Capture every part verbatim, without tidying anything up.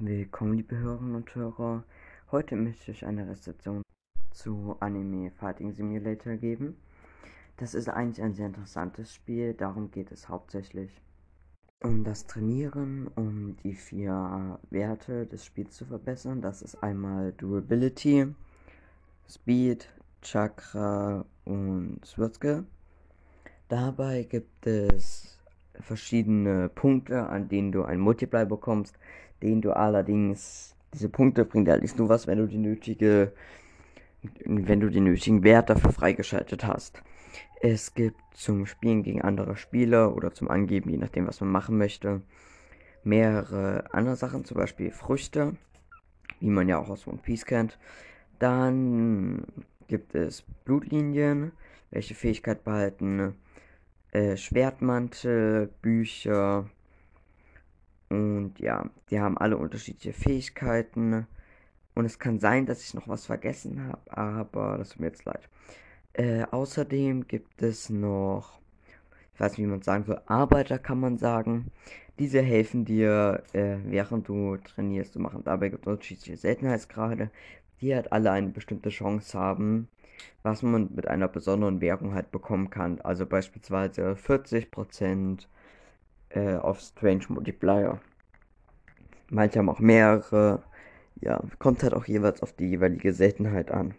Willkommen, liebe Hörerinnen und Hörer. Heute möchte ich eine Rezension zu Anime Fighting Simulator geben. Das ist eigentlich ein sehr interessantes Spiel, darum geht es hauptsächlich um das Trainieren, um die vier Werte des Spiels zu verbessern. Das ist einmal Durability, Speed, Chakra und Sword. Dabei gibt es verschiedene Punkte, an denen du einen Multiplier bekommst, den du allerdings, diese Punkte bringen dir allerdings nur was, wenn du die nötige, wenn du den nötigen Wert dafür freigeschaltet hast. Es gibt zum Spielen gegen andere Spieler oder zum Angeben, je nachdem was man machen möchte, mehrere andere Sachen, zum Beispiel Früchte, wie man ja auch aus One Piece kennt. Dann gibt es Blutlinien, welche Fähigkeit behalten, äh, Schwertmantel, Bücher und ja, die haben alle unterschiedliche Fähigkeiten. Und es kann sein, dass ich noch was vergessen habe, aber das tut mir jetzt leid. Äh, außerdem gibt es noch, ich weiß nicht, wie man sagen soll, Arbeiter kann man sagen. Diese helfen dir, äh, während du trainierst zu machen. Dabei gibt es unterschiedliche Seltenheitsgrade, die halt alle eine bestimmte Chance haben, was man mit einer besonderen Währung halt bekommen kann. Also beispielsweise vierzig Prozent äh, auf Strange Multiplier. Manche haben auch mehrere. Ja, kommt halt auch jeweils auf die jeweilige Seltenheit an.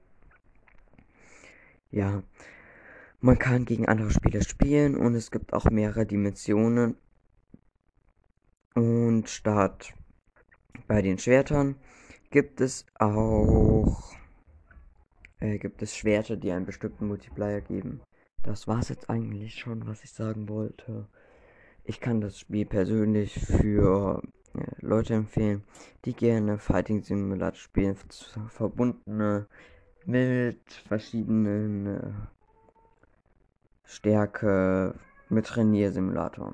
Ja, man kann gegen andere Spieler spielen und es gibt auch mehrere Dimensionen. Und statt bei den Schwertern gibt es auch äh, gibt es Schwerter, die einen bestimmten Multiplier geben. Das war's jetzt eigentlich schon, was ich sagen wollte. Ich kann das Spiel persönlich für äh, Leute empfehlen, die gerne Fighting Simulator spielen, verbundene mit verschiedenen äh, Stärke mit Trainiersimulatoren.